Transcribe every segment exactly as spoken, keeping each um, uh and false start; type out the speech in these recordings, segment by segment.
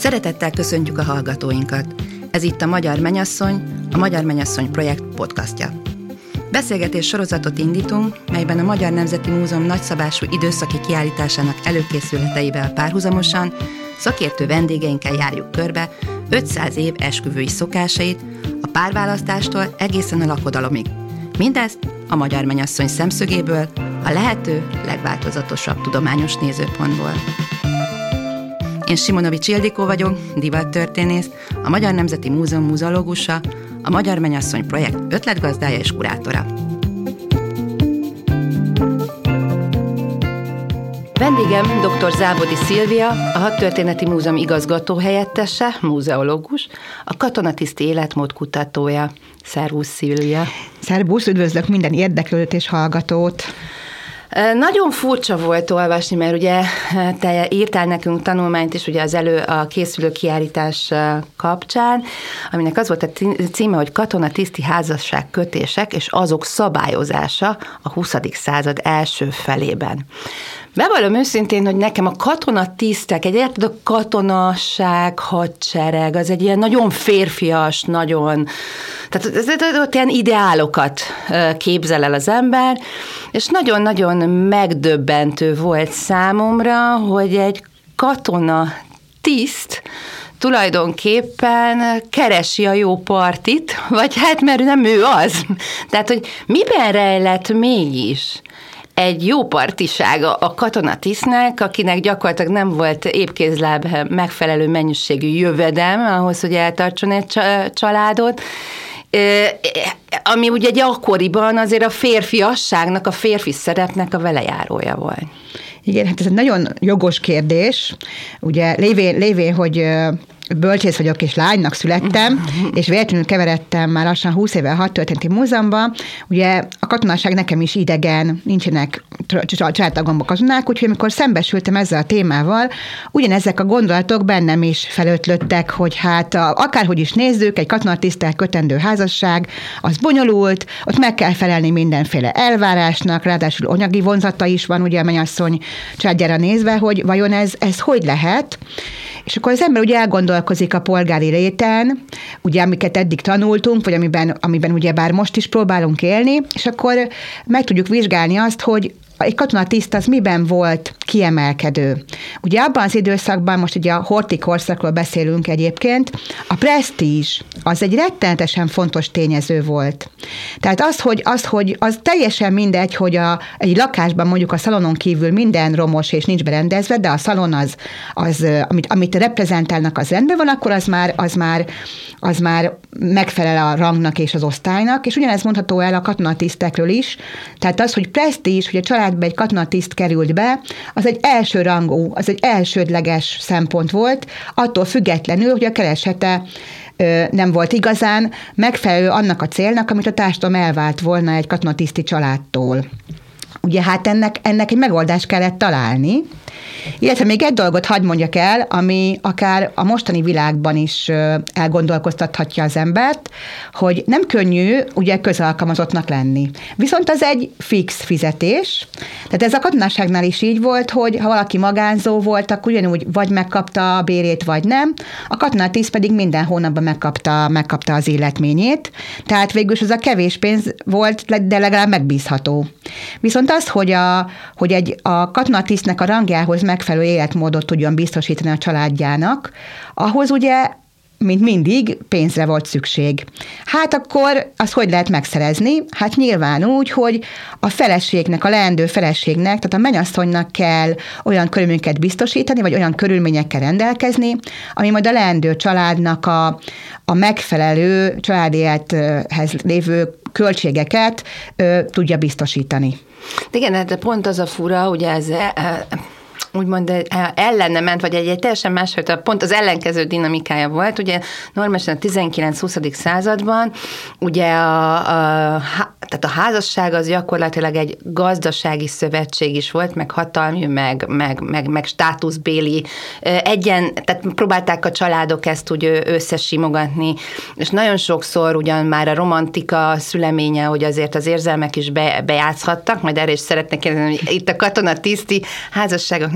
Szeretettel köszöntjük a hallgatóinkat. Ez itt a Magyar Mennyasszony, a Magyar Mennyasszony projekt podcastja. Beszélgetés sorozatot indítunk, melyben a Magyar Nemzeti Múzeum nagyszabású időszaki kiállításának előkészületeivel párhuzamosan szakértő vendégeinkkel járjuk körbe ötszáz év esküvői szokásait, a párválasztástól egészen a lakodalomig. Mindezt a Magyar Mennyasszony szemszögéből, a lehető legváltozatosabb tudományos nézőpontból. Én Simonovics Ildikó vagyok, divattörténész, a Magyar Nemzeti Múzeum muzeológusa, a Magyar Mennyasszony projekt ötletgazdája és kurátora. Vendégem dr. Zábodi Szilvia, a Hadtörténeti Múzeum igazgatóhelyettese, muzeológus, a katonatiszti életmód kutatója. Szervusz, Szilvia! Szervusz, üdvözlök minden érdeklődőt és hallgatót! Nagyon furcsa volt olvasni, mert ugye te írtál nekünk tanulmányt is ugye az elő a készülő kiállítás kapcsán, aminek az volt a címe, hogy katonatiszti házasságkötések és azok szabályozása a huszadik század első felében. Bevallom őszintén, hogy nekem a katonatisztek, egyébként a katonasság, hadsereg, az egy ilyen nagyon férfias, nagyon, tehát ott ilyen ideálokat képzel el az ember, és nagyon-nagyon megdöbbentő volt számomra, hogy egy katonatiszt tulajdonképpen keresi a jó partit, vagy hát mert nem ő az. Tehát, hogy miben rejlett mégis egy jó partisága a katonatisztnek, akinek gyakorlatilag nem volt épkézláb megfelelő mennyiségű jövedelme ahhoz, hogy eltartson egy családot, ami ugye egy akkoriban azért a férfiasságnak, a férfi szerepnek a velejárója volt. Igen, hát ez egy nagyon jogos kérdés. Ugye lévén, lévén hogy bölcsész vagyok, és lánynak születtem, és véletlenül keveredtem már lassan húsz éve a Hadtörténeti Múzeumban. Ugye a katonaság nekem is idegen, nincsenek családtagomban katonák, úgyhogy amikor szembesültem ezzel a témával, ugyanezek a gondolatok bennem is felötlöttek, hogy hát a, akárhogy is nézzük, egy katonatiszttel kötendő házasság, az bonyolult, ott meg kell felelni mindenféle elvárásnak, ráadásul anyagi vonzata is van, ugye a mennyasszony családjára nézve, hogy vajon ez, ez hogy lehet. És akkor az ember ugye elgondolkozik a polgári réten, ugye amiket eddig tanultunk, vagy amiben, amiben ugye bár most is próbálunk élni, és akkor meg tudjuk vizsgálni azt, hogy egy katonatiszt az miben volt kiemelkedő. Ugye abban az időszakban, most ugye a horthy korszakról beszélünk egyébként, a presztízs az egy rettenetesen fontos tényező volt. Tehát az, hogy, az, hogy az teljesen mindegy, hogy a, egy lakásban mondjuk a szalonon kívül minden romos és nincs berendezve, de a szalon az, az amit, amit reprezentálnak, az rendben van, akkor az már, az már, az már megfelel a rangnak és az osztálynak, és ugyanez mondható el a katonatisztekről is. Tehát az, hogy presztízs, hogy a család egy katonatiszt került be, az egy első rangú, az egy elsődleges szempont volt, attól függetlenül, hogy a keresete ö, nem volt igazán megfelelő annak a célnak, amit a társadalom elvált volna egy katonatiszti családtól. Ugye hát ennek, ennek egy megoldást kellett találni, illetve még egy dolgot hadd mondjak el, ami akár a mostani világban is elgondolkoztathatja az embert, hogy nem könnyű ugye közalkalmazottnak lenni. Viszont az egy fix fizetés. Tehát ez a katonaságnál is így volt, hogy ha valaki magánzó volt, akkor ugyanúgy vagy megkapta a bérét, vagy nem. A katonatiszt pedig minden hónapban megkapta, megkapta az illetményét. Tehát végül is az a kevés pénz volt, de legalább megbízható. Viszont az, hogy, a, hogy egy, a katonatisztnek a rangjához megfelelő életmódot tudjon biztosítani a családjának, ahhoz ugye, mint mindig, pénzre volt szükség. Hát akkor azt hogy lehet megszerezni? Hát nyilván úgy, hogy a feleségnek, a leendő feleségnek, tehát a mennyasszonynak kell olyan körülményeket biztosítani, vagy olyan körülményekkel rendelkezni, ami majd a leendő családnak a, a megfelelő családélethez lévő költségeket ö, tudja biztosítani. Igen, de pont az a fura, ugye ez úgymond ellene ment, vagy egy, egy teljesen másfajta, pont az ellenkező dinamikája volt. Ugye normálisan a tizenkilence-huszadik században ugye a, a, tehát a házasság az gyakorlatilag egy gazdasági szövetség is volt, meg hatalmi, meg, meg, meg, meg státuszbéli egyen, tehát próbálták a családok ezt úgy összesimogatni, és nagyon sokszor ugyan már a romantika szüleménye, hogy azért az érzelmek is be, bejátszhattak, majd erre is szeretnék kérdezni, hogy itt a katonatiszti házasságoknál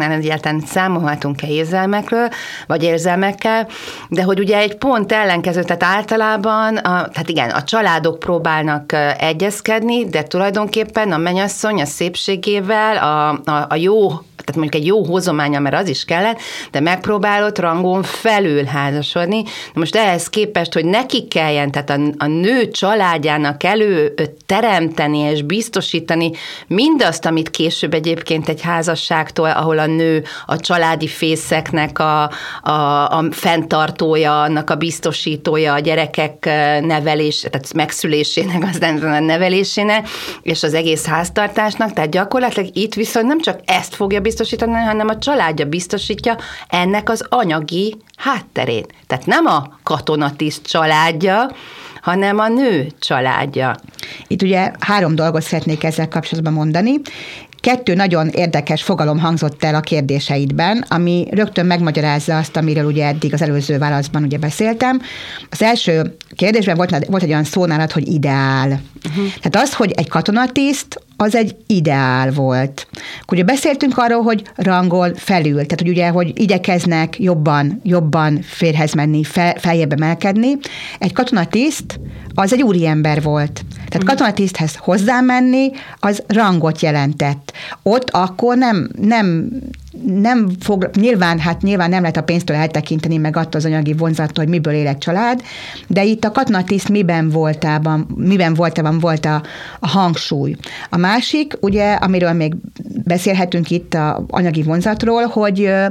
házasságnál egyáltalán számolhatunk-e érzelmekről, vagy érzelmekkel, de hogy ugye egy pont ellenkező, tehát általában, a, tehát igen, a családok próbálnak egyezkedni, de tulajdonképpen a mennyasszony a szépségével, a, a, a jó, tehát mondjuk egy jó hozománya, mert az is kellett, de megpróbálott rangon felül házasodni. De most ehhez képest, hogy neki kelljen, tehát a, a nő családjának elő teremteni és biztosítani mindazt, amit később egyébként egy házasságtól, ahol a nő a családi fészeknek a, a, a fenntartója, annak a biztosítója, a gyerekek nevelés, tehát megszülésének, aztán a nevelésének, és az egész háztartásnak, tehát gyakorlatilag itt viszont nem csak ezt fogja biztosítani, biztosítani, hanem a családja biztosítja ennek az anyagi hátterét. Tehát nem a katonatiszt családja, hanem a nő családja. Itt ugye három dolgot szeretnék ezzel kapcsolatban mondani. Kettő nagyon érdekes fogalom hangzott el a kérdéseidben, ami rögtön megmagyarázza azt, amiről ugye eddig az előző válaszban ugye beszéltem. Az első kérdésben volt, volt egy olyan szó nálad, hogy ideál. Uh-huh. Tehát az, hogy egy katonatiszt, az egy ideál volt. Akkor ugye beszéltünk arról, hogy rangol felül, tehát hogy ugye, hogy igyekeznek jobban, jobban férhez menni, fel, feljebb emelkedni. Egy katonatiszt az egy úriember volt. Tehát katonatiszthez hozzámenni, az rangot jelentett. Ott akkor nem, nem, nem fog, nyilván, hát nyilván nem lehet a pénztől eltekinteni, meg attól az anyagi vonzattól, hogy miből él egy család, de itt a katonatiszt miben voltában, miben voltában volt a, a hangsúly. A másik, ugye, amiről még beszélhetünk itt a anyagi vonzatról, hogy ö,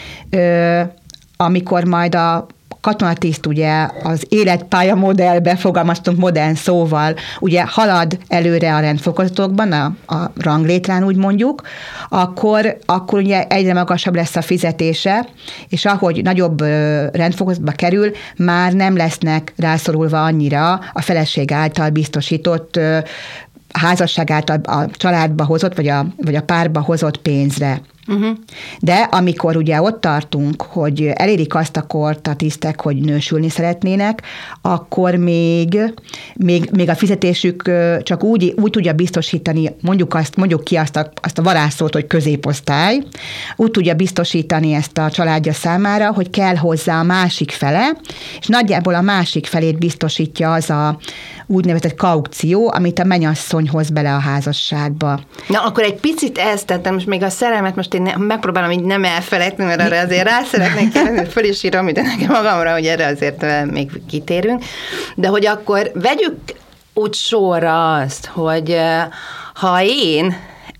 ö, amikor majd a katonatiszt ugye az életpálya modellbe fogalmaztunk modern szóval, ugye halad előre a rendfokozatokban, a, a ranglétrán úgy mondjuk, akkor, akkor ugye egyre magasabb lesz a fizetése, és ahogy nagyobb rendfokozatba kerül, már nem lesznek rászorulva annyira a feleség által biztosított a házasság által a családba hozott, vagy a, vagy a párba hozott pénzre. Uh-huh. De amikor ugye ott tartunk, hogy elérik azt a kort a tisztek, hogy nősülni szeretnének, akkor még, még, még a fizetésük csak úgy, úgy tudja biztosítani, mondjuk, azt, mondjuk ki azt a, azt a varázsszót, hogy középosztály, úgy tudja biztosítani ezt a családja számára, hogy kell hozzá a másik fele, és nagyjából a másik felét biztosítja az a úgynevezett kaukció, amit a mennyasszony hoz bele a házasságba. Na, akkor egy picit ezt, tehát most még a szerelmet most én megpróbálom így nem elfelejteni, mert arra azért rá szeretnék kérdezni, hogy föl is írom ide nekem magamra, hogy erre azért még kitérünk, de hogy akkor vegyük úgy sorra azt, hogy ha én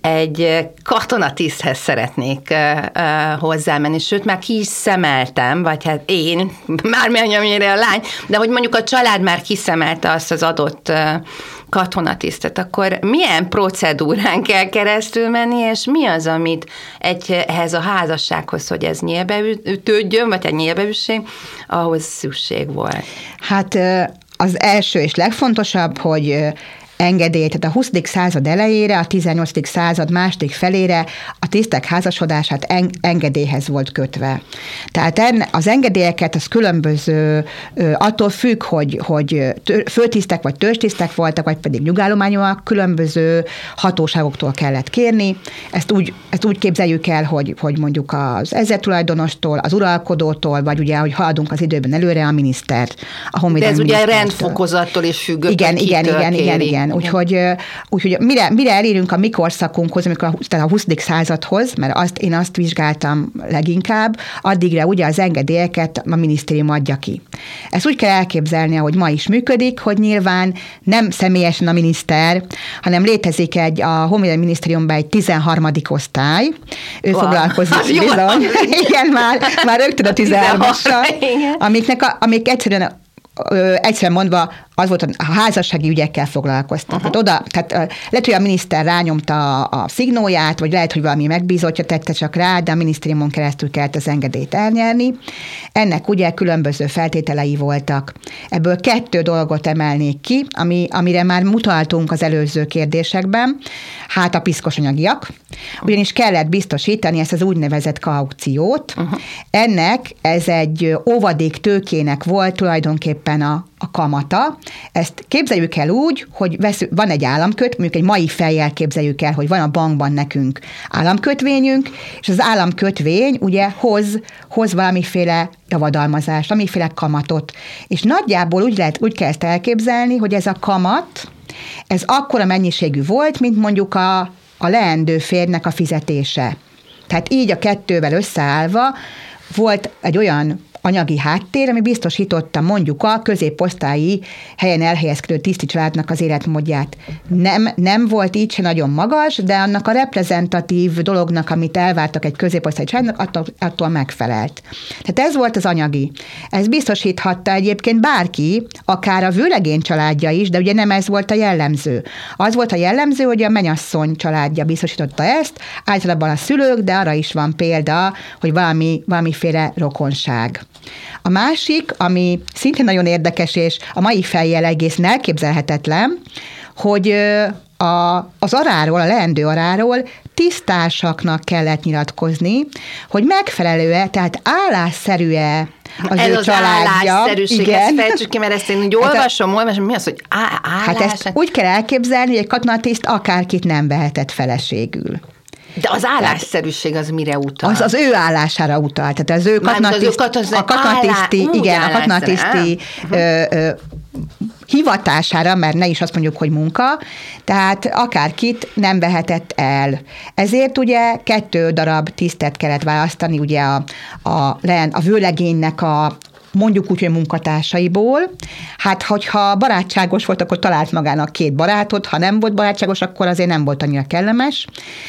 egy katonatiszthez szeretnék uh, uh, hozzámenni, sőt, már ki is szemeltem, vagy hát én, mármi anyamére a lány, de hogy mondjuk a család már kiszemelte azt az adott uh, katonatisztet, akkor milyen procedúrán kell keresztül menni, és mi az, amit egy, ehhez a házassághoz, hogy ez nyílbeütődjön, vagy egy nyílbeüsség, ahhoz szükség volt? Hát az első és legfontosabb, hogy engedély, tehát a huszadik század elejére, a tizennyolcadik század második felére a tisztek házasodását en, engedélyhez volt kötve. Tehát enne, az engedélyeket az különböző, attól függ, hogy, hogy főtisztek vagy törzstisztek voltak, vagy pedig nyugállományúak, különböző hatóságoktól kellett kérni. Ezt úgy, ezt úgy képzeljük el, hogy, hogy mondjuk az ezertulajdonostól, az uralkodótól, vagy ugye, hogy haladunk az időben előre, a miniszter. A De ez ugye rendfokozattól is függött. Igen, igen, igen, igen, igen. Úgyhogy, úgyhogy mire, mire elérünk a mi korszakunkhoz, amikor a, tehát a huszadik századhoz, mert azt, én azt vizsgáltam leginkább, addigra ugye az engedélyeket a minisztérium adja ki. Ezt úgy kell elképzelni, ahogy ma is működik, hogy nyilván nem személyesen a miniszter, hanem létezik egy a Honvédelmi Minisztériumban egy tizenharmadik osztály, ő wow. foglalkozik bizony, igen, már, már rögtön a tizenharmassal, amiknek a, amik egyszerűen Ö, egyszerűen mondva, az volt, a házassági ügyekkel foglalkoztak. Uh-huh. Hát oda, tehát lehet, hogy a miniszter rányomta a, a szignóját, vagy lehet, hogy valami megbízottja tette csak rá, de a minisztériumon keresztül kellett az engedélyt elnyerni. Ennek ugye különböző feltételei voltak. Ebből kettő dolgot emelnék ki, ami, amire már mutaltunk az előző kérdésekben, hát a piszkos anyagiak, ugyanis kellett biztosítani ezt az úgynevezett kaukciót. Uh-huh. Ennek ez egy óvadék tőkének volt tulajdonképpen a a kamata. Ezt képzeljük el úgy, hogy veszünk, van egy államköt, mondjuk egy mai fejjel képzeljük el, hogy van a bankban nekünk államkötvényünk, és az államkötvény ugye hoz, hoz valamiféle javadalmazást, valamiféle kamatot. És nagyjából úgy, lehet, úgy kell ezt elképzelni, hogy ez a kamat, ez akkora mennyiségű volt, mint mondjuk a, a leendő férjnek a fizetése. Tehát így a kettővel összeállva volt egy olyan anyagi háttér, ami biztosította mondjuk a középosztályi helyen elhelyezkedő tiszti családnak az életmódját. Nem, nem volt így se nagyon magas, de annak a reprezentatív dolognak, amit elvártak egy középosztályi családnak, attól, attól megfelelt. Tehát ez volt az anyagi. Ez biztosíthatta egyébként bárki, akár a vőlegény családja is, de ugye nem ez volt a jellemző. Az volt a jellemző, hogy a mennyasszony családja biztosította ezt, általában a szülők, de arra is van példa, hogy valami, valamiféle rokonság. A másik, ami szintén nagyon érdekes, és a mai fejjel egészen elképzelhetetlen, hogy a, az aráról, a leendő aráról tisztásaknak kellett nyilatkozni, hogy megfelelő-e, tehát állásszerű-e az ez ő az családja. Állásszerűség, ezt fejtsük ki, mert ezt én úgy olvasom, hát olvasom, mi az, hogy állás? Hát ezt úgy kell elképzelni, hogy egy katonatiszt akárkit nem vehetett feleségül. De az állásszerűség az mire utal? Az az ő állására utal. Tehát az ő katonatiszt, a katonatiszti, igen, a katonatiszti ö, ö, hivatására, mert ne is azt mondjuk, hogy munka, tehát akárkit nem vehetett el. Ezért ugye kettő darab tisztet kellett választani, ugye a, a, a vőlegénynek a mondjuk úgy, hogy munkatársaiból. Hát, hogyha barátságos volt, akkor talált magának két barátot, ha nem volt barátságos, akkor azért nem volt annyira kellemes.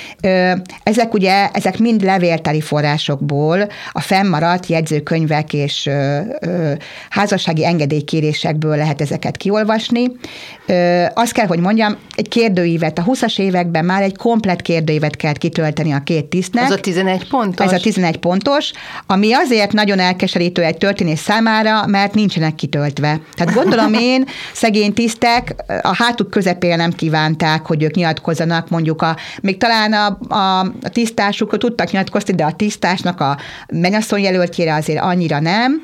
Ezek ugye, ezek mind levéltári forrásokból, a fennmaradt jegyzőkönyvek és házassági engedélykérésekből lehet ezeket kiolvasni. Azt kell, hogy mondjam, egy kérdőívet, a huszas években már egy komplett kérdőívet kellett kitölteni a két tisztnek. Ez a tizenegy pontos? Ez a tizenegy pontos, ami azért nagyon elkeserítő egy történész számára, mert nincsenek kitöltve. Tehát gondolom én, szegény tisztek a hátuk közepére nem kívánták, hogy ők nyilatkozzanak, mondjuk a, még talán a, a, a tisztásukról tudtak nyilatkozni, de a tisztásnak a mennyasszony jelöltjére azért annyira nem.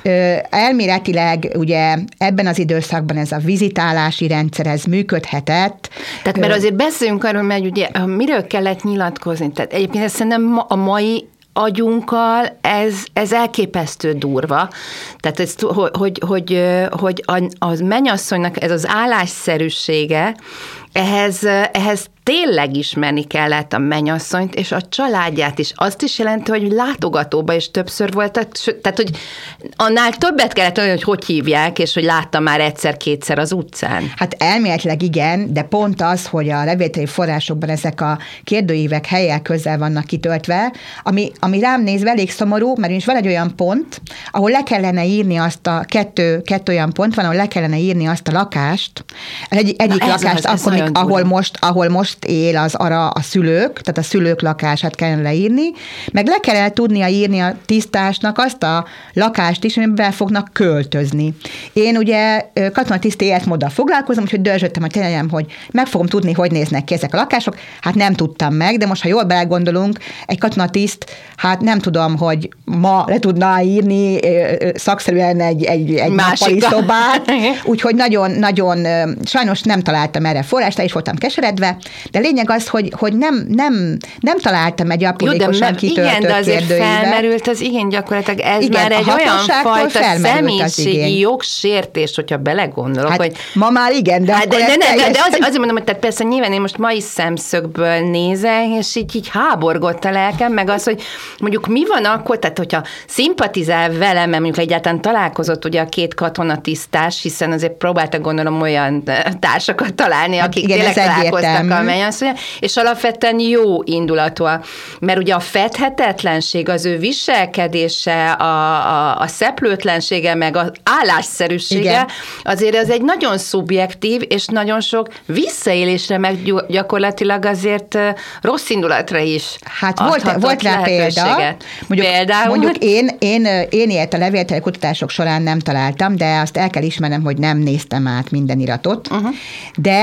Elméletileg ugye ebben az időszakban ez a vizitálási rendszer, ez működhetett. Tehát mert azért beszéljünk arról, mert ugye miről kellett nyilatkozni. Tehát egyébként ezt szerintem a mai agyunkkal ez, ez elképesztő durva. Tehát ez, hogy, hogy, hogy, hogy a mennyasszonynak ez az állásszerűsége, ehhez, ehhez tényleg ismerni kellett a mennyasszonyt, és a családját is. Azt is jelenti, hogy látogatóba is többször voltak, tehát, hogy annál többet kellett olyan, hogy hogy hívják, és hogy láttam már egyszer-kétszer az utcán. Hát elméletileg igen, de pont az, hogy a levéltári forrásokban ezek a kérdőívek helyel közel vannak kitöltve, ami, ami rám nézve elég szomorú, mert is van egy olyan pont, ahol le kellene írni azt a kettő, kettő olyan pont van, ahol le kellene írni azt a lakást, egy, egyik Na lakást, az, akkor, ahol most, ahol most él az ara a szülők, tehát a szülők lakását kellene leírni, meg le kellene tudnia írni a tisztásnak azt a lakást is, amiben fognak költözni. Én ugye katonatiszti életmóddal foglalkozom, úgyhogy dörzsöttem a tenyenyem, hogy meg fogom tudni, hogy néznek ki ezek a lakások. Hát nem tudtam meg, de most, ha jól belegondolunk, egy katonatiszt, hát nem tudom, hogy ma le tudná írni szakszerűen egy, egy, egy nappali szobát, úgyhogy nagyon, nagyon sajnos nem találtam erre forrást, és voltam keseredve, de lényeg az, hogy, hogy nem, nem, nem találtam egy aprólékosan kitöltött igen, de azért kérdőívet. Felmerült az igen, gyakorlatilag ez igen, már egy olyan fajta személyiségi jogsértés, hogyha belegondolok, hát, hogy... ma már igen, de hát, akkor de, de, teljesen... de, de azért, azért mondom, hogy tehát persze nyilván én most mai szemszögből nézek, és így, így háborgott a lelkem, meg az, hogy mondjuk mi van akkor, tehát hogyha szimpatizál velem, mert mondjuk egyáltalán találkozott ugye a két katonatisztás, hiszen azért próbáltak gondolom olyan társakat találni, akik hát igen, tényleg találkoztak a mennyasszonnyal, és alapvetően jó indulatú, mert ugye a fedhetetlenség, az ő viselkedése, a, a, a szeplőtlensége, meg az állásszerűsége, igen. Azért az egy nagyon szubjektív, és nagyon sok visszaélésre, meg gyakorlatilag azért rossz indulatra is hát volt, volt rá példa. Mondjuk, Például, mondjuk én, én, én ilyet a levéltári kutatások során nem találtam, de azt el kell ismernem, hogy nem néztem át minden iratot, uh-huh. de meg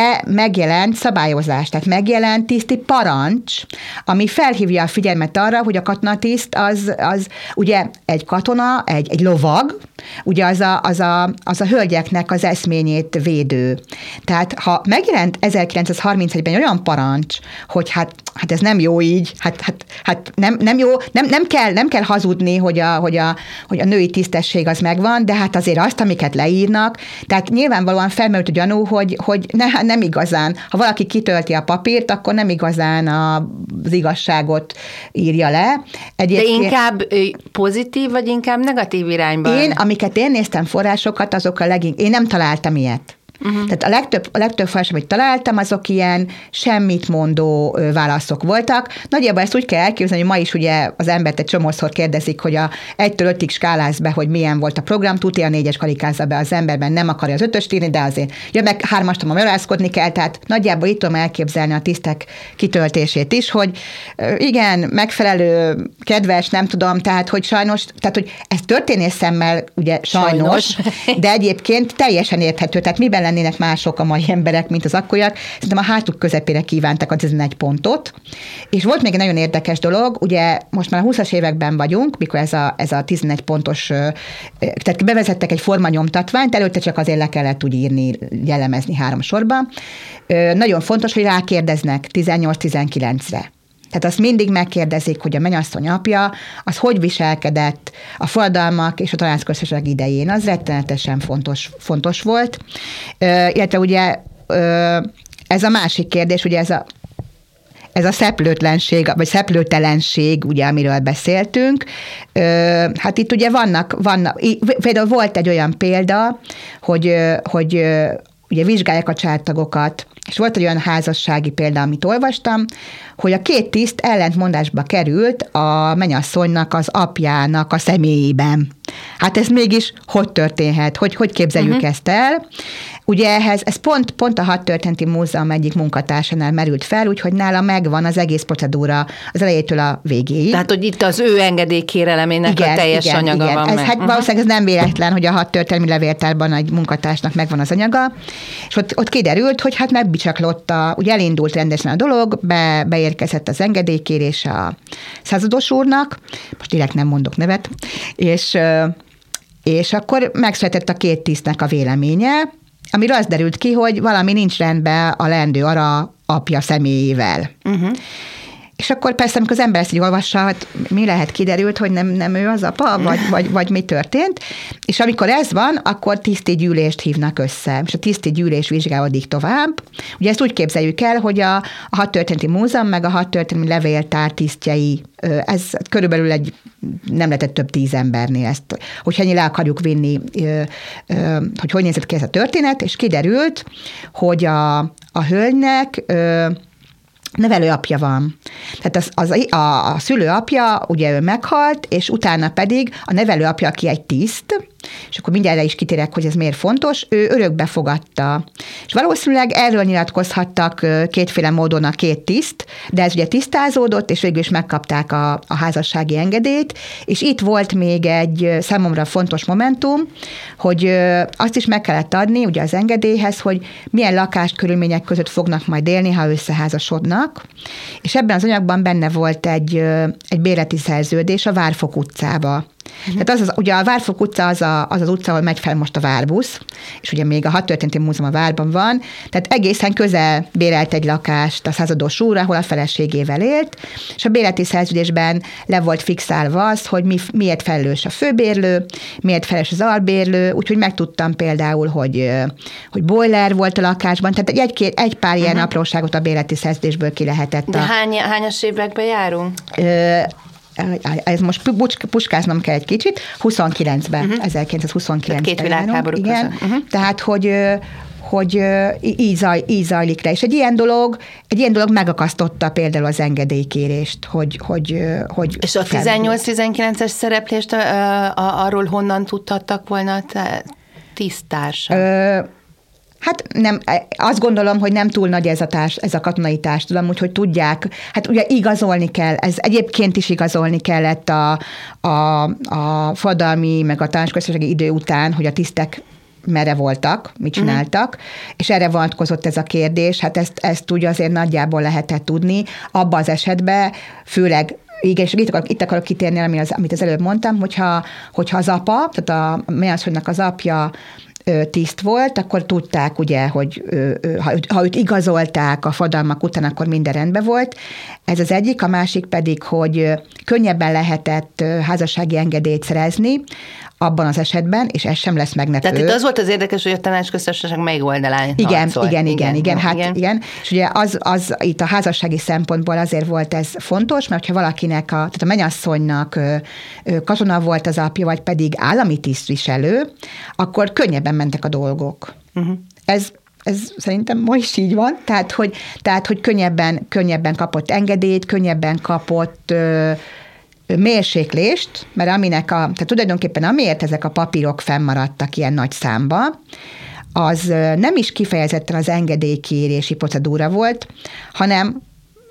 megjelent szabályozás, tehát megjelent tiszti parancs, ami felhívja a figyelmet arra, hogy a katonatiszt az, az ugye egy katona, egy, egy lovag, ugye az a, az, a, az a hölgyeknek az eszményét védő. Tehát ha megjelent ezerkilencszázharmincegyben olyan parancs, hogy hát, hát ez nem jó így, hát, hát, hát nem, nem jó, nem, nem, kell, nem kell hazudni, hogy a, hogy, a, hogy a női tisztesség az megvan, de hát azért azt, amiket leírnak, tehát nyilvánvalóan felmerült a gyanú, hogy, hogy ne, nem igazán, ha valaki kitölti a papírt, akkor nem igazán az igazságot írja le. Egyébként, de inkább pozitív, vagy inkább negatív irányban? Én, amiket én néztem forrásokat, azok a legink, én nem találtam ilyet. Uh-huh. Tehát a legtöbb, a legtöbb forrás, amit találtam, azok ilyen semmit mondó válaszok voltak. Nagyjából ezt úgy kell elképzelni, hogy ma is ugye az embert egy csomószor kérdezik, hogy a egytől ötig skálázz be, hogy milyen volt a program, tudja a négyes karikázza be az emberben, nem akarja az ötöst írni, de azért ja, meg hármast, ma magyarázkodni kell, tehát nagyjából itt tudom elképzelni a tisztek kitöltését is, hogy igen, megfelelő, kedves, nem tudom, tehát hogy sajnos, tehát hogy ez történész szemmel ugye sajnos, sajnos. De egyébként teljesen érthető, tehát miben lennének mások a mai emberek, mint az akkoriak. Szerintem a hátuk közepére kívántak a tizenegy pontot. És volt még egy nagyon érdekes dolog, ugye most már a húszas években vagyunk, mikor ez a, ez a tizenegy pontos, tehát bevezettek egy formanyomtatványt, előtte csak azért le kellett úgy írni, jellemezni három sorban. Nagyon fontos, hogy rákérdeznek tizennyolc-tizenkilencre. Tehát azt mindig megkérdezik, hogy a mennyasszony apja az hogy viselkedett a forradalmak és a tanácsköztársaság idején. Az rettenetesen fontos, fontos volt. Ö, illetve ugye ö, ez a másik kérdés, ugye ez a ez a szeplőtlenség, vagy szeplőtelenség, ugye, amiről beszéltünk. Ö, hát itt ugye vannak, vannak, például volt egy olyan példa, hogy, hogy ugye vizsgálják a családtagokat, és volt egy olyan házassági példa, amit olvastam, hogy a két tiszt ellentmondásba került a mennyasszonynak, az apjának a személyében. Hát ez mégis hogy történhet? Hogy, hogy képzeljük uh-huh. ezt el? Ugye ehhez, ez pont, pont a Hadtörténeti Múzeum egyik munkatársánál merült fel, úgyhogy nála megvan az egész procedúra az elejétől a végéig. Tehát, hogy itt az ő engedélykérelemének igen, a teljes igen, anyaga igen. van ez, meg. Hát uh-huh. valószínűleg ez nem véletlen, hogy a Hadtörténelmi Levéltárban egy munkatársnak megvan az anyaga, és ott, ott kiderült, hogy hát megbicsaklott, a, ugye elindult rendesen a dolog, be, beérkezett az engedélykérés a százados úrnak, most direkt nem mondok nevet, és, és akkor megszületett a két tisztnek a véleménye, amiről az derült ki, hogy valami nincs rendben a leendő ara apja személyével. Uh-huh. És akkor persze, amikor az ember ezt így olvassa, hát mi lehet, kiderült, hogy nem, nem ő az apa, vagy, vagy, vagy mi történt. És amikor ez van, akkor tiszti gyűlést hívnak össze, és a tiszti gyűlés vizsgálódik tovább. Ugye ezt úgy képzeljük el, hogy a, a Hadtörténeti Múzeum, meg a Hadtörténeti Levéltár tisztjei, ez körülbelül egy, nem lehetett több tíz embernél ezt, hogyha ennyi le akarjuk vinni, hogy hogy nézett ki ez a történet, és kiderült, hogy a, a hölgynek nevelőapja van. Tehát az, az, a, a szülőapja, ugye ő meghalt, és utána pedig a nevelőapja, aki egy tiszt, és akkor mindjárt le is kitérek, hogy ez miért fontos, ő örökbe fogadta. És valószínűleg erről nyilatkozhattak kétféle módon a két tiszt, de ez ugye tisztázódott, és végül is megkapták a, a házassági engedélyt, és itt volt még egy számomra fontos momentum, hogy azt is meg kellett adni ugye az engedélyhez, hogy milyen lakáskörülmények között fognak majd élni, ha összeházasodnak, és ebben az anyagban benne volt egy, egy bérleti szerződés a Várfok utcába. Uh-huh. Tehát az, az, ugye a Várfok utca az, a, az az utca, ahol megy fel most a várbusz, és ugye még a Hadtörténeti Múzeum a várban van, tehát egészen közel bérelt egy lakást a százados úr, ahol a feleségével élt, és a bérleti szerződésben le volt fixálva az, hogy mi, miért felelős a főbérlő, miért felelős az albérlő, úgyhogy megtudtam például, hogy, hogy boiler volt a lakásban, tehát egy, egy pár ilyen uh-huh. apróságot a bérleti szerződésből ki lehetett. De a... hány, hányas években járunk? Ö, ez most puskáznom kell egy kicsit, huszonkilencben, uh-huh. ezerkilencszázhuszonkilencben. Tehát két világháború igen. között. Uh-huh. Tehát, hogy, hogy így, zaj, így zajlik le. És egy ilyen dolog, egy ilyen dolog megakasztotta például az engedélykérést, hogy, hogy, hogy és a tizennyolc-tizenkilences szereplést a, a, arról honnan tudhattak volna tisztársak? Hát nem, azt gondolom, hogy nem túl nagy ez a, társ, ez a katonai társadalom, úgyhogy tudják, hát ugye igazolni kell, ez egyébként is igazolni kellett a, a, a forradalmi, meg a tanácsköztársasági idő után, hogy a tisztek merre voltak, mit csináltak, mm. és erre vonatkozott ez a kérdés, hát ezt, ezt úgy azért nagyjából lehetett tudni. Abban az esetben, főleg igen, és itt akarok, itt akarok kitérni, ami az, amit az előbb mondtam, hogyha, hogyha az apa, tehát a menyasszonynak az apja tiszt volt, akkor tudták, ugye, hogy ha, ha őt igazolták a fadalmak után, akkor minden rendben volt. Ez az egyik, a másik pedig, hogy könnyebben lehetett házassági engedélyt szerezni, abban az esetben, és ez sem lesz meglepő. Tehát itt az volt az érdekes, hogy a tanácsköztársaság melyik oldalán igen, harcolt. igen, igen, igen, igen, hát igen. igen. És ugye az, az itt a házassági szempontból azért volt ez fontos, mert ha valakinek, a, tehát a mennyasszonynak katona volt az apja, vagy pedig állami tisztviselő, akkor könnyebben mentek a dolgok. Uh-huh. Ez Ez szerintem ma is így van, tehát hogy, tehát, hogy könnyebben, könnyebben kapott engedélyt, könnyebben kapott ö, mérséklést, mert aminek a, tehát tulajdonképpen amiért ezek a papírok fennmaradtak ilyen nagy számba, az nem is kifejezetten az engedélykérési procedúra volt, hanem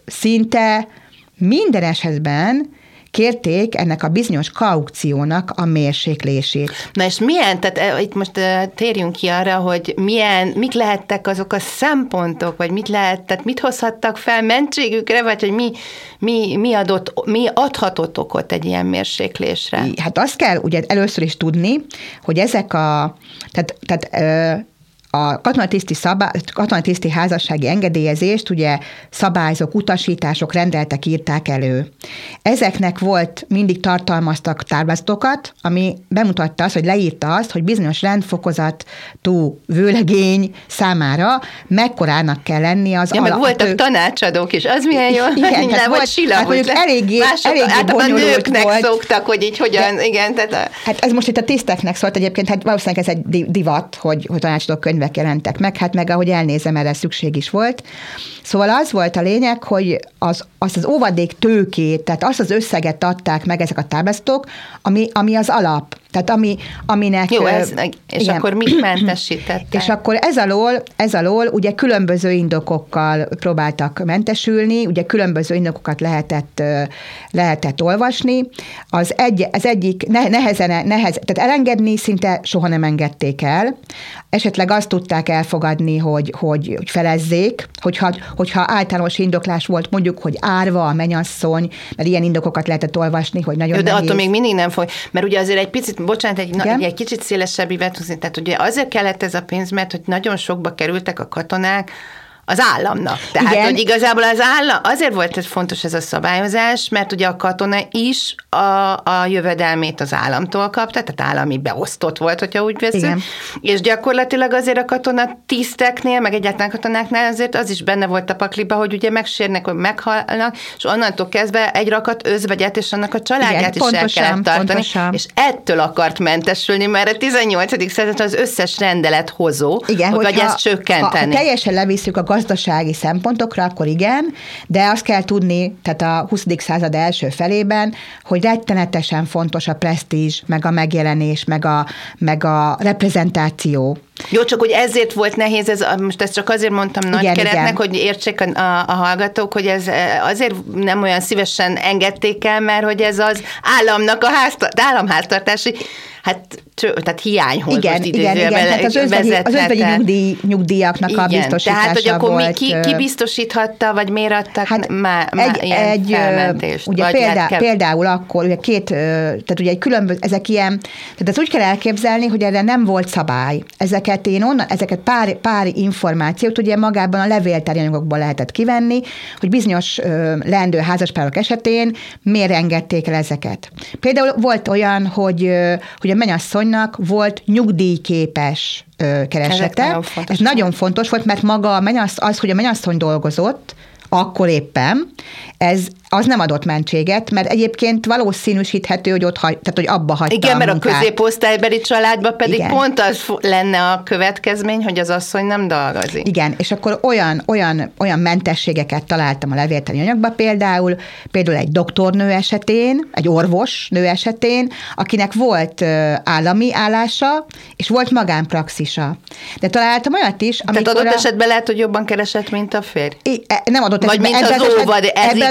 szinte minden esetben kérték ennek a bizonyos kaukciónak a mérséklését. Na és milyen, tehát itt most térjünk ki arra, hogy milyen, mik lehettek azok a szempontok, vagy mit lehet, tehát mit hozhattak fel mentségükre, vagy hogy mi, mi, mi, adott, mi adhatott okot egy ilyen mérséklésre? Hát azt kell ugye először is tudni, hogy ezek a, tehát, tehát a katonatiszti, szabály, katonatiszti házassági engedélyezést ugye szabályzók, utasítások, rendeltek, írták elő. Ezeknek volt, mindig tartalmaztak táblázatokat, ami bemutatta azt, hogy leírta azt, hogy bizonyos rendfokozatú vőlegény számára mekkorának kell lenni az ja, alap. meg voltak ő... tanácsadók is, az milyen jó, igen, minden volt, volt sila, hát hogy eléggé, mások, eléggé általában nőknek volt. szoktak, hogy így hogyan, de, igen. Tehát a... Hát ez most itt a tiszteknek szólt egyébként, hát valószínűleg ez egy divat, hogy, hogy tanácsadók könyvek jelentek meg, hát meg ahogy elnézem, erre szükség is volt. Szóval az volt a lényeg, hogy az, azt az óvadék tőkét, tehát azt az összeget adták meg ezek a táblázatok, ami, ami az alap. Tehát ami, aminek... Jó, ez, és igen. Akkor mit mentesítettek? És akkor ez alól, ez alól ugye különböző indokokkal próbáltak mentesülni, ugye különböző indokokat lehetett, lehetett olvasni. Az, egy, az egyik nehezen, nehez, tehát elengedni szinte soha nem engedték el. Esetleg azt tudták elfogadni, hogy, hogy, hogy felezzék, hogyha, hogyha általános indoklás volt, mondjuk, hogy árva a mennyasszony, mert ilyen indokokat lehetett olvasni, hogy nagyon Jó, de nehéz. attól még mindig nem fog, mert ugye azért egy picit, bocsánat, egy, na, egy, egy kicsit szélesebb ívet húzni, tehát ugye azért kellett ez a pénz, mert hogy nagyon sokba kerültek a katonák az államnak. Tehát, igen. Hogy igazából az állam, azért volt ez fontos ez a szabályozás, mert ugye a katona is a, a jövedelmét az államtól kapta, tehát állami beosztott volt, hogyha úgy veszünk, igen. És gyakorlatilag azért a katona tiszteknél, meg egyáltalán katonáknál azért az is benne volt a pakliba, hogy ugye megsérnek, hogy meghalnak, és onnantól kezdve egy rakat özvegyet, és annak a családját igen, is pontosan, el kellett tartani, pontosan. És ettől akart mentesülni, mert a tizennyolcadik században az összes rendelet hozó, igen, hogy vagy ezt csökkenteni. Ha, ha teljesen levisszük a gazdasági szempontokra, akkor igen, de azt kell tudni, tehát a huszadik század első felében, hogy rettenetesen fontos a presztízs, meg a megjelenés, meg a, meg a reprezentáció. Jó, csak hogy ezért volt nehéz, ez, most ezt csak azért mondtam nagy igen, keretnek, igen. Hogy értsék a, a, a hallgatók, hogy ez azért nem olyan szívesen engedték el, mert hogy ez az államnak a háztart, államháztartási, hát tehát hiányhoz igen, most igen, igen, tehát az özvegyi, az özvegyi nyugdíj, nyugdíjaknak igen, a biztosítása tehát, hogy akkor volt. Mi, ki, ki biztosíthatta, vagy miért adtak hát má, má, egy, ilyen egy, felmentést? Ugye vagy példá, hát például akkor, ugye két, tehát ugye egy különböző, ezek ilyen, tehát ezt úgy kell elképzelni, hogy erre nem volt szabály. Ezeket én onnan, ezeket pár, pár információt ugye magában a levéltári anyagokból lehetett kivenni, hogy bizonyos leendő házaspárok esetén miért engedték el ezeket. Például volt olyan, hogy, hogy a mennyasszonynak volt nyugdíjképes keresete. Nagyon Ez nagyon fontos volt, mert maga a mennyasz, az, hogy a mennyasszony dolgozott, akkor éppen, ez az nem adott mentséget, mert egyébként valószínűsíthető, hogy ott hagy, tehát hogy abba hagyta igen, a mert munkát. A középosztálybeli családban pedig igen. Pont az lenne a következmény, hogy az asszony nem dolgozik. Igen, és akkor olyan, olyan, olyan mentességeket találtam a levéltári anyagban például, például egy doktornő esetén, egy orvos nő esetén, akinek volt állami állása, és volt magánpraxisa. De találtam olyat is, amikor... Tehát adott a... esetben lehet, hogy jobban keresett, mint a férj? I, nem adott vagy esetben. Vagy mint az óvad, ez ebben igen. az esetben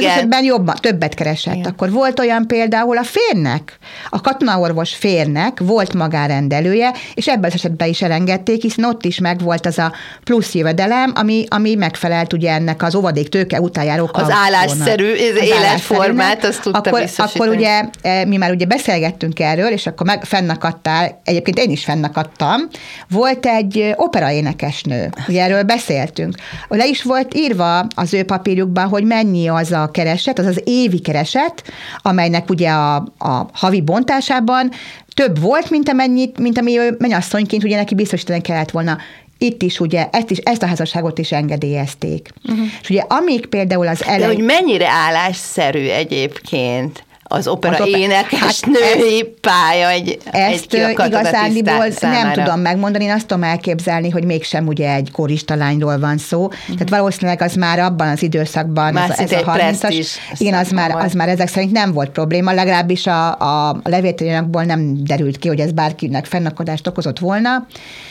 jobban, többet keresett. Igen. Akkor volt olyan például a férnek, a katonaorvos férnek volt magárendelője, és ebben az esetben is elengedték, hiszen ott is megvolt az a plusz jövedelem, ami, ami megfelelt ugye ennek az óvadék tőke után járó az állásszerű az életformát, azt tudta akkor, biztosítani. akkor ugye, mi már ugye beszélgettünk erről, és akkor meg fennakadtál, egyébként én is fennakadtam, volt egy operaénekesnő, ugye erről beszéltünk. Le is volt írva az ő papírjukban, hogy mennyi az a kereset, az az évi kereset, amelynek ugye a, a havi bontásában több volt, mint, amennyit, mint ami ő mennyasszonyként ugye neki biztosítani kellett volna. Itt is ugye ezt, is, ezt a házasságot is engedélyezték. Uh-huh. És ugye amíg például az elej... De hogy mennyire állásszerű egyébként az opera az énekes hát női ezt, pálya egy, ezt egy igazándiból nem tudom megmondani, én azt tudom elképzelni, hogy mégsem ugye egy korista lányról van szó. Uh-huh. Tehát valószínűleg az már abban az időszakban, már ez, ez a harmincas, igen, az már, az már ezek szerint nem volt probléma, legalábbis a, a levéltanyagból nem derült ki, hogy ez bárkinek fennakadást okozott volna.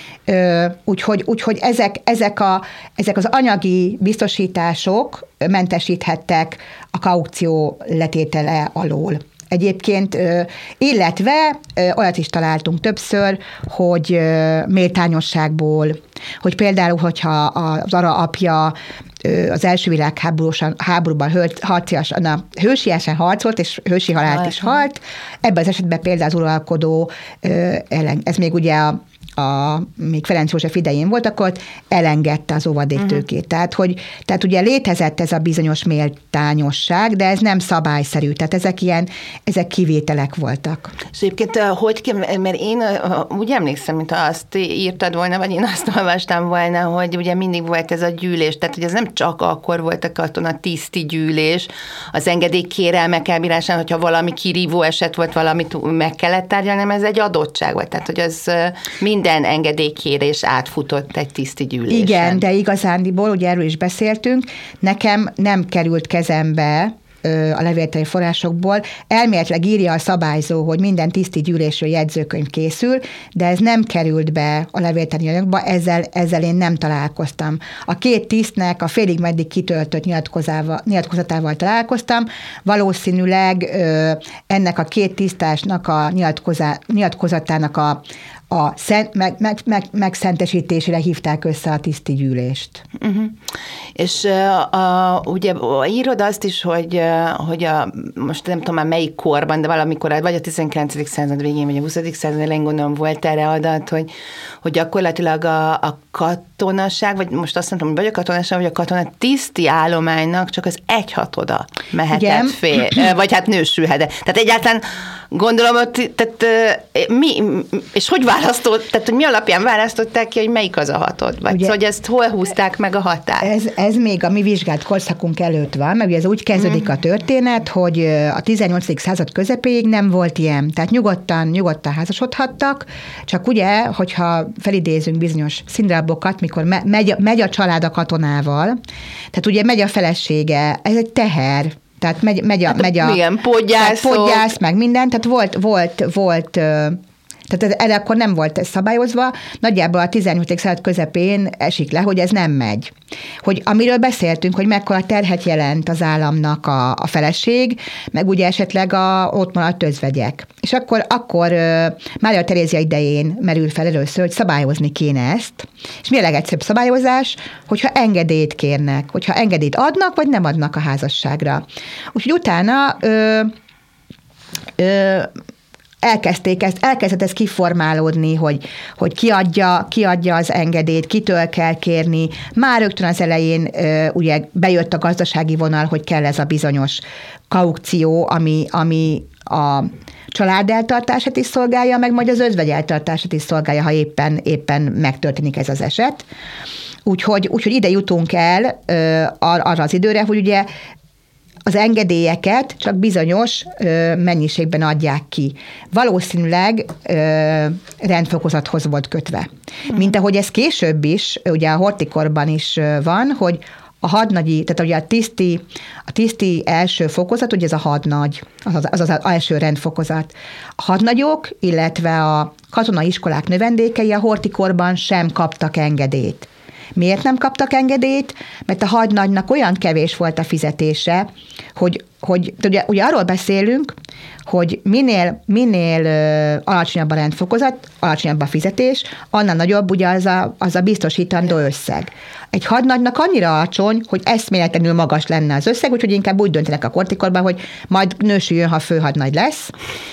Úgyhogy, úgyhogy ezek, ezek, a, ezek az anyagi biztosítások mentesíthettek a kaukció letétele alól. Egyébként, illetve olyat is találtunk többször, hogy méltányosságból, hogy például, hogyha az Ara apja az első világháborúban harciasan, hősiesen harcolt, és hősi halált is halt, ebben az esetben például az uralkodó, ez még ugye a A, még Ferenc József idején volt, akkor elengedte az óvadéktőkét. Uh-huh. Tehát, hogy, tehát ugye létezett ez a bizonyos méltányosság, de ez nem szabályszerű. Tehát ezek ilyen, ezek kivételek voltak. És egyébként, hogy, mert én úgy emlékszem, mint ha azt írtad volna, vagy én azt olvastam volna, hogy ugye mindig volt ez a gyűlés, tehát hogy ez nem csak akkor volt a katona tiszti gyűlés, az engedélykérelmek elbírásán, hogyha valami kirívó eset volt, valamit meg kellett tárgyalni, nem ez egy adottság volt. Tehát, hogy az minden engedélykérés átfutott egy tiszti gyűlésen. Igen, de igazándiból, ugye erről is beszéltünk, nekem nem került kezembe a levéltani forrásokból. Elméletileg írja a szabályzó, hogy minden tiszti gyűlésről jegyzőkönyv készül, de ez nem került be a levéltani anyagba, ezzel, ezzel én nem találkoztam. A két tisztnek a félig meddig kitöltött nyilatkozatával találkoztam, valószínűleg ennek a két tisztásnak a nyilatkozatának a a szent, meg, meg, meg, megszentesítésére hívták össze a tiszti gyűlést. Uh-huh. És uh, a, ugye írod azt is, hogy, hogy a, most nem tudom már melyik korban, de valamikor, vagy a tizenkilencedik század végén, vagy a huszadik század elején gondolom volt erre adat, hogy, hogy gyakorlatilag a, a katonaság, vagy most azt mondtam, hogy vagy a katonaság, vagy a katona tiszti állománynak csak az egyhatoda mehetett fél, vagy hát nősülhet. Tehát egyáltalán gondolom, hogy tehát, mi, és hogy választott, tehát hogy mi alapján választották ki, hogy melyik az a hatod? Vagy ugye, hogy ezt hol húzták meg a határt? Ez, ez még a mi vizsgált korszakunk előtt van, mert ugye ez úgy kezdődik mm. a történet, hogy a tizennyolcadik század közepéig nem volt ilyen. Tehát nyugodtan, nyugodtan házasodhattak, csak ugye, hogyha felidézünk bizonyos színdarbokat, mikor me, megy, megy a család a katonával, tehát ugye megy a felesége, ez egy teher, tehát megy, megy a... Megy a milyen podgyászok. Podgyász, meg minden, tehát volt, volt, volt tehát erre akkor nem volt ez szabályozva, nagyjából a tizennyolcadik század közepén esik le, hogy ez nem megy. Hogy amiről beszéltünk, hogy mekkora terhet jelent az államnak a, a feleség, meg ugye esetleg a, ott maradt özvegyek. És akkor, akkor Mária Terézia idején merül fel először, hogy szabályozni kéne ezt, és mi a legegyszerűbb szabályozás, hogyha engedélyt kérnek, hogyha engedélyt adnak, vagy nem adnak a házasságra. Úgyhogy utána ö, ö, elkezdték ezt, elkezdett ez kiformálódni, hogy, hogy kiadja, kiadja az engedélyt, kitől kell kérni. Már rögtön az elején ugye bejött a gazdasági vonal, hogy kell ez a bizonyos kaukció, ami, ami a család eltartását is szolgálja, meg majd az özvegy eltartását is szolgálja, ha éppen, éppen megtörténik ez az eset. Úgyhogy, úgyhogy ide jutunk el arra az időre, hogy ugye az engedélyeket csak bizonyos ö, mennyiségben adják ki. Valószínűleg ö, rendfokozathoz volt kötve. Mint ahogy ez később is, ugye a hortikorban is van, hogy a hadnagyi, tehát ugye a tiszti, a tiszti első fokozat, ugye ez a hadnagy, az az, az az első rendfokozat. A hadnagyok, illetve a katonai iskolák növendékei a hortikorban sem kaptak engedélyt. Miért nem kaptak engedélyt? Mert a hadnagynak olyan kevés volt a fizetése, hogy, hogy ugye, ugye arról beszélünk, hogy minél, minél ö, alacsonyabb a rendfokozat, alacsonyabb a fizetés, annál nagyobb ugye az a, az a biztosítandó összeg. Egy hadnagynak annyira alacsony, hogy eszméletlenül magas lenne az összeg, úgyhogy inkább úgy döntenek a kortikorban, hogy majd nősüljön, ha főhadnagy lesz.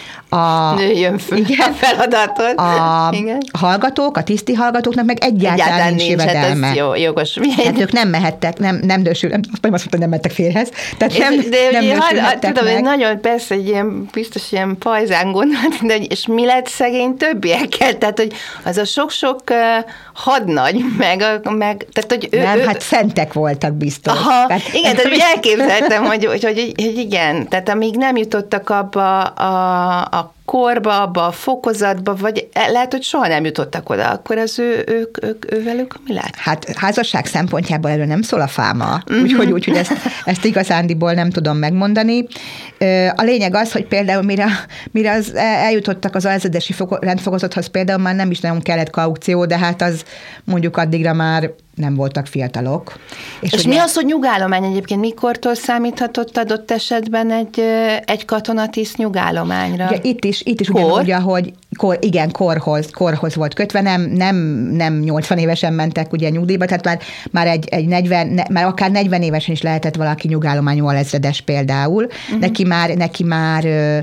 A, Nőjön föl igen, a feladatot. A igen. hallgatók, a tiszti hallgatóknak meg egyáltalán, egyáltalán nincs jövedelme. Hát jó, jogos. Hát ők nem mehettek, nem, nem nősül, nem, azt mondtam, hogy nem mehettek férhez. Tehát nem, de nem ugye, nősülhettek tudom, meg. Nagyon persze egy ilyen, biztos ilyen pajzán gondolat, de és mi lett szegény többiekkel? Tehát, hogy az a sok-sok uh, hadnagy, meg, meg tehát, hogy ő... Nem, ő, hát szentek voltak biztos. Aha, tehát, igen, tehát, hogy elképzeltem, hogy, hogy, hogy, hogy igen, tehát amíg nem jutottak abba a, a korba, abba a fokozatba, vagy lehet, hogy soha nem jutottak oda, akkor az ő, ők, ők, ővelük mi lett? Hát házasság szempontjából erről nem szól a fáma, mm-hmm. úgyhogy úgy, hogy ezt, ezt igazándiból nem tudom megmondani. A lényeg az, hogy például mire, mire az eljutottak az alezredesi rendfokozathoz, például már nem is nagyon kellett kaukció, de hát az mondjuk addigra már nem voltak fiatalok. És, és mi az, hogy nyugállomány egyébként? Mikortól számíthatott adott esetben egy, egy katonatiszt nyugállományra? Ugye itt is, itt is ugyanúgy, hogy kor, igen, korhoz, korhoz volt kötve, nem, nem, nem nyolcvan évesen mentek ugye nyugdíjba, tehát már, már egy, egy negyven, ne, már akár negyven évesen is lehetett valaki nyugállományú alezredes például. Uh-huh. Neki már, neki már,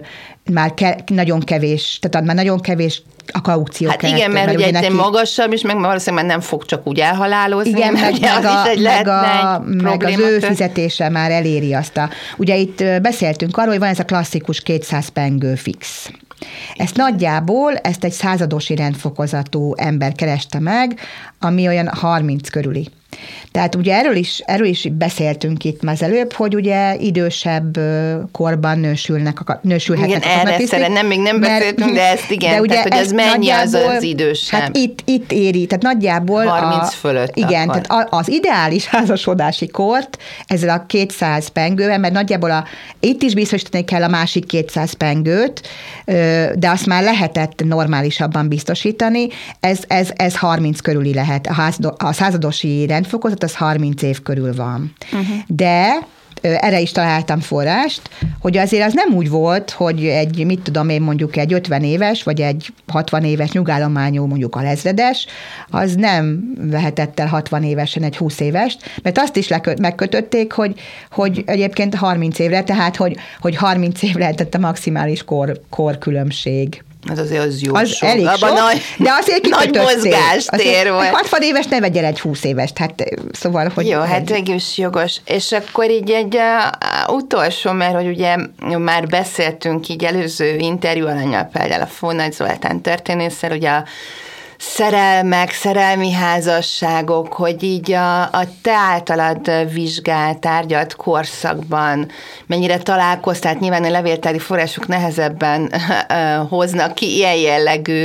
már ke, nagyon kevés, tehát már nagyon kevés a kaukció. Hát igen, mert, mert ugye egy neki... magasabb is, meg valószínűleg nem fog csak úgy elhalálozni. Igen, meg, meg, az a, is meg, a, meg az ő fizetése már eléri azt a... Ugye itt beszéltünk arról, hogy van ez a klasszikus kétszáz pengő fix. Ezt nagyjából, ezt egy századosi rendfokozatú ember kereste meg, ami olyan harminc körüli. Tehát ugye erről is, erről is beszéltünk itt már előbb, hogy ugye idősebb korban nősülnek, nősülhetnek igen, a katonatiszik. Igen, nem, még nem beszéltünk, mert, de ezt igen, de ugye tehát hogy ez mennyi az az idősebb? Hát itt, itt éri, tehát nagyjából harminc a, fölött. Igen, akar. Tehát az ideális házasodási kort ezzel a kétszáz pengővel, mert nagyjából a, itt is biztosítani kell a másik kétszáz pengőt, de azt már lehetett normálisabban biztosítani, ez, ez, ez harminc körüli lehet. A, házdo, a századosi rendfokozat az harminc év körül van. Uh-huh. De erre is találtam forrást, hogy azért az nem úgy volt, hogy egy, mit tudom én, mondjuk egy ötven éves, vagy egy hatvan éves nyugállományú mondjuk alezredes, az nem vehetett el hatvan évesen egy húsz évest, mert azt is lekö- megkötötték, hogy, hogy egyébként harminc évre, tehát hogy, hogy harminc év lehetett a maximális kor, korkülönbség. Az azért az jó az sok. elég Abba sok, nagy, de azért nagy mozgástér volt. hatvan éves ne vegyél egy húsz éves, hát szóval, hogy... Jó, hát mégis jogos. És akkor így egy uh, utolsó, mert hogy ugye már beszéltünk így előző interjú alanyal, például a Fónagy Zoltán történésszel, ugye a szerelmek, szerelmi házasságok, hogy így a, a te általad vizsgált, tárgyalt korszakban mennyire találkoztál, nyilván a levéltári források nehezebben hoznak ki ilyen jellegű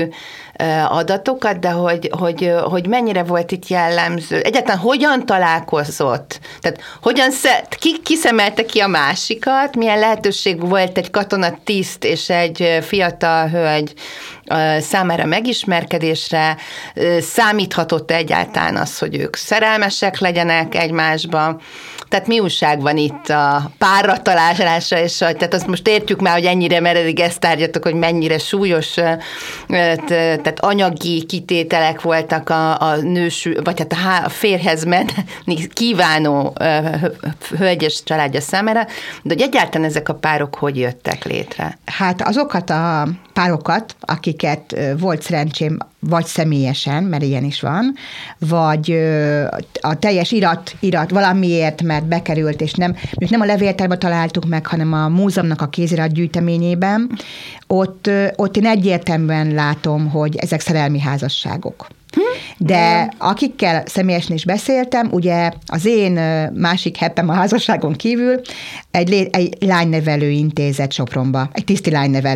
adatokat, de hogy, hogy, hogy mennyire volt itt jellemző. Egyáltalán hogyan találkozott? Tehát hogyan sze, ki, kiszemelte ki a másikat? Milyen lehetőség volt egy katonatiszt és egy fiatal hölgy számára megismerkedésre? Számíthatott egyáltalán az, hogy ők szerelmesek legyenek egymásba? Tehát mi újság van itt a párra találásra, és a, tehát azt most értjük már, hogy ennyire, mert eddig ezt tárgyatok, hogy mennyire súlyos, tehát anyagi kitételek voltak a, a nősű, vagy hát a férjhez menni kívánó hölgyes családja számára, de hogy egyáltalán ezek a párok hogy jöttek létre? Hát azokat a párokat, akiket volt szerencsém vagy személyesen, mert ilyen is van, vagy a teljes irat, irat valamiért, mert bekerült, és nem, nem a levéltárban találtuk meg, hanem a múzeumnak a kézirat gyűjteményében, ott, ott én egyértelműen látom, hogy ezek szerelmi házasságok. De akikkel személyesen is beszéltem, ugye az én másik heppem a házasságon kívül egy, egy lánynevelő intézet Sopronba, egy tiszti lánynevelő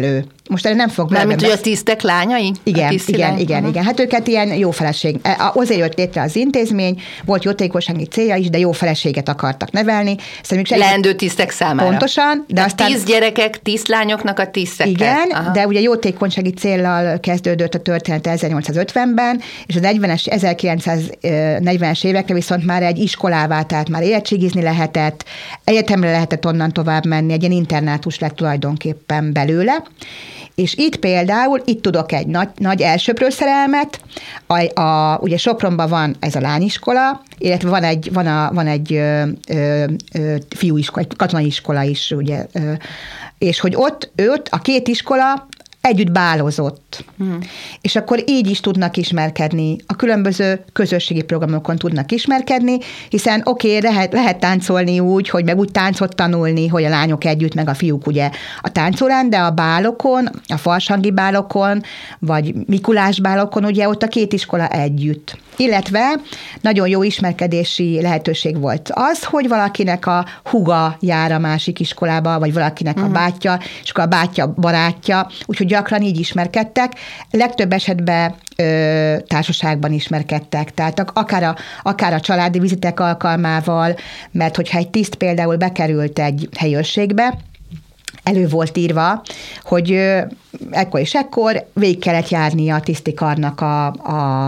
most erre nem fog Mármint, hogy a tisztek lányai? Igen, igen, igen, igen, uh-huh. igen. Hát őket ilyen jó feleség. Azért jött létre az intézmény, volt jótékonysági célja is, de jó feleséget akartak nevelni. Leendő tisztek számára. Pontosan. De aztán... Tíz gyerekek, tíz lányoknak a tisztek. Igen, aha. De ugye jótékonysági céllal kezdődött a történet ezernyolcszázötvenben, és az negyvenes, ezerkilencszáznegyvenes évekre viszont már egy iskolává, tehát már érettségizni lehetett, egyetemre lehetett onnan tovább menni, egy ilyen internátus lett tulajdonképpen belőle. És itt például, itt tudok egy nagy, nagy elsőprő szerelmet, a, a, ugye Sopronban van ez a lányiskola, illetve van egy, van a, van egy ö, ö, ö, fiúiskola, egy katonai iskola is, ugye, ö, és hogy ott, őt, a két iskola együtt bálozott. Hmm. És akkor így is tudnak ismerkedni, a különböző közösségi programokon tudnak ismerkedni, hiszen oké, okay, lehet, lehet táncolni úgy, hogy meg úgy táncot tanulni, hogy a lányok együtt, meg a fiúk ugye a táncolán, de a bálokon, a farsangi bálokon, vagy Mikulás bálokon, ugye ott a két iskola együtt. Illetve nagyon jó ismerkedési lehetőség volt az, hogy valakinek a húga jár a másik iskolába, vagy valakinek uh-huh. a bátyja, és akkor a bátyja barátja, úgyhogy gyakran így ismerkedtek. Legtöbb esetben ö, társaságban ismerkedtek, tehát akár a, akár a családi vizitek alkalmával, mert hogyha egy tiszt például bekerült egy helyőrségbe, elő volt írva, hogy ö, ekkor és ekkor végig kellett járnia a tisztikarnak a, a,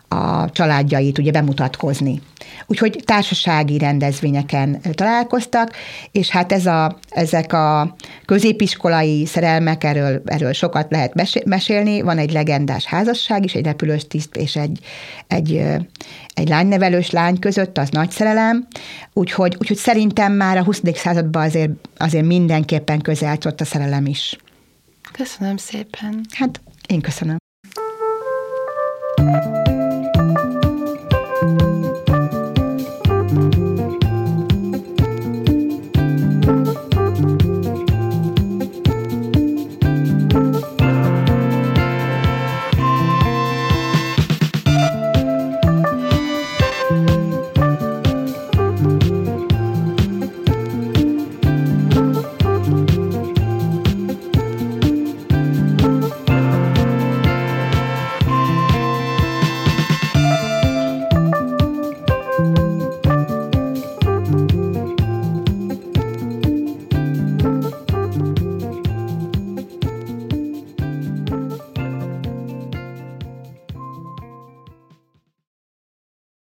a családjait, ugye bemutatkozni. Úgyhogy társasági rendezvényeken találkoztak, és hát ez a, ezek a középiskolai szerelmek, erről, erről sokat lehet mesélni. Van egy legendás házasság is, egy repülős tiszt és egy, egy, egy lánynevelős lány között, az nagy szerelem. Úgyhogy, úgyhogy szerintem már a huszadik században azért, azért mindenképpen közrejátszott a szerelem is. Köszönöm szépen. Hát én köszönöm.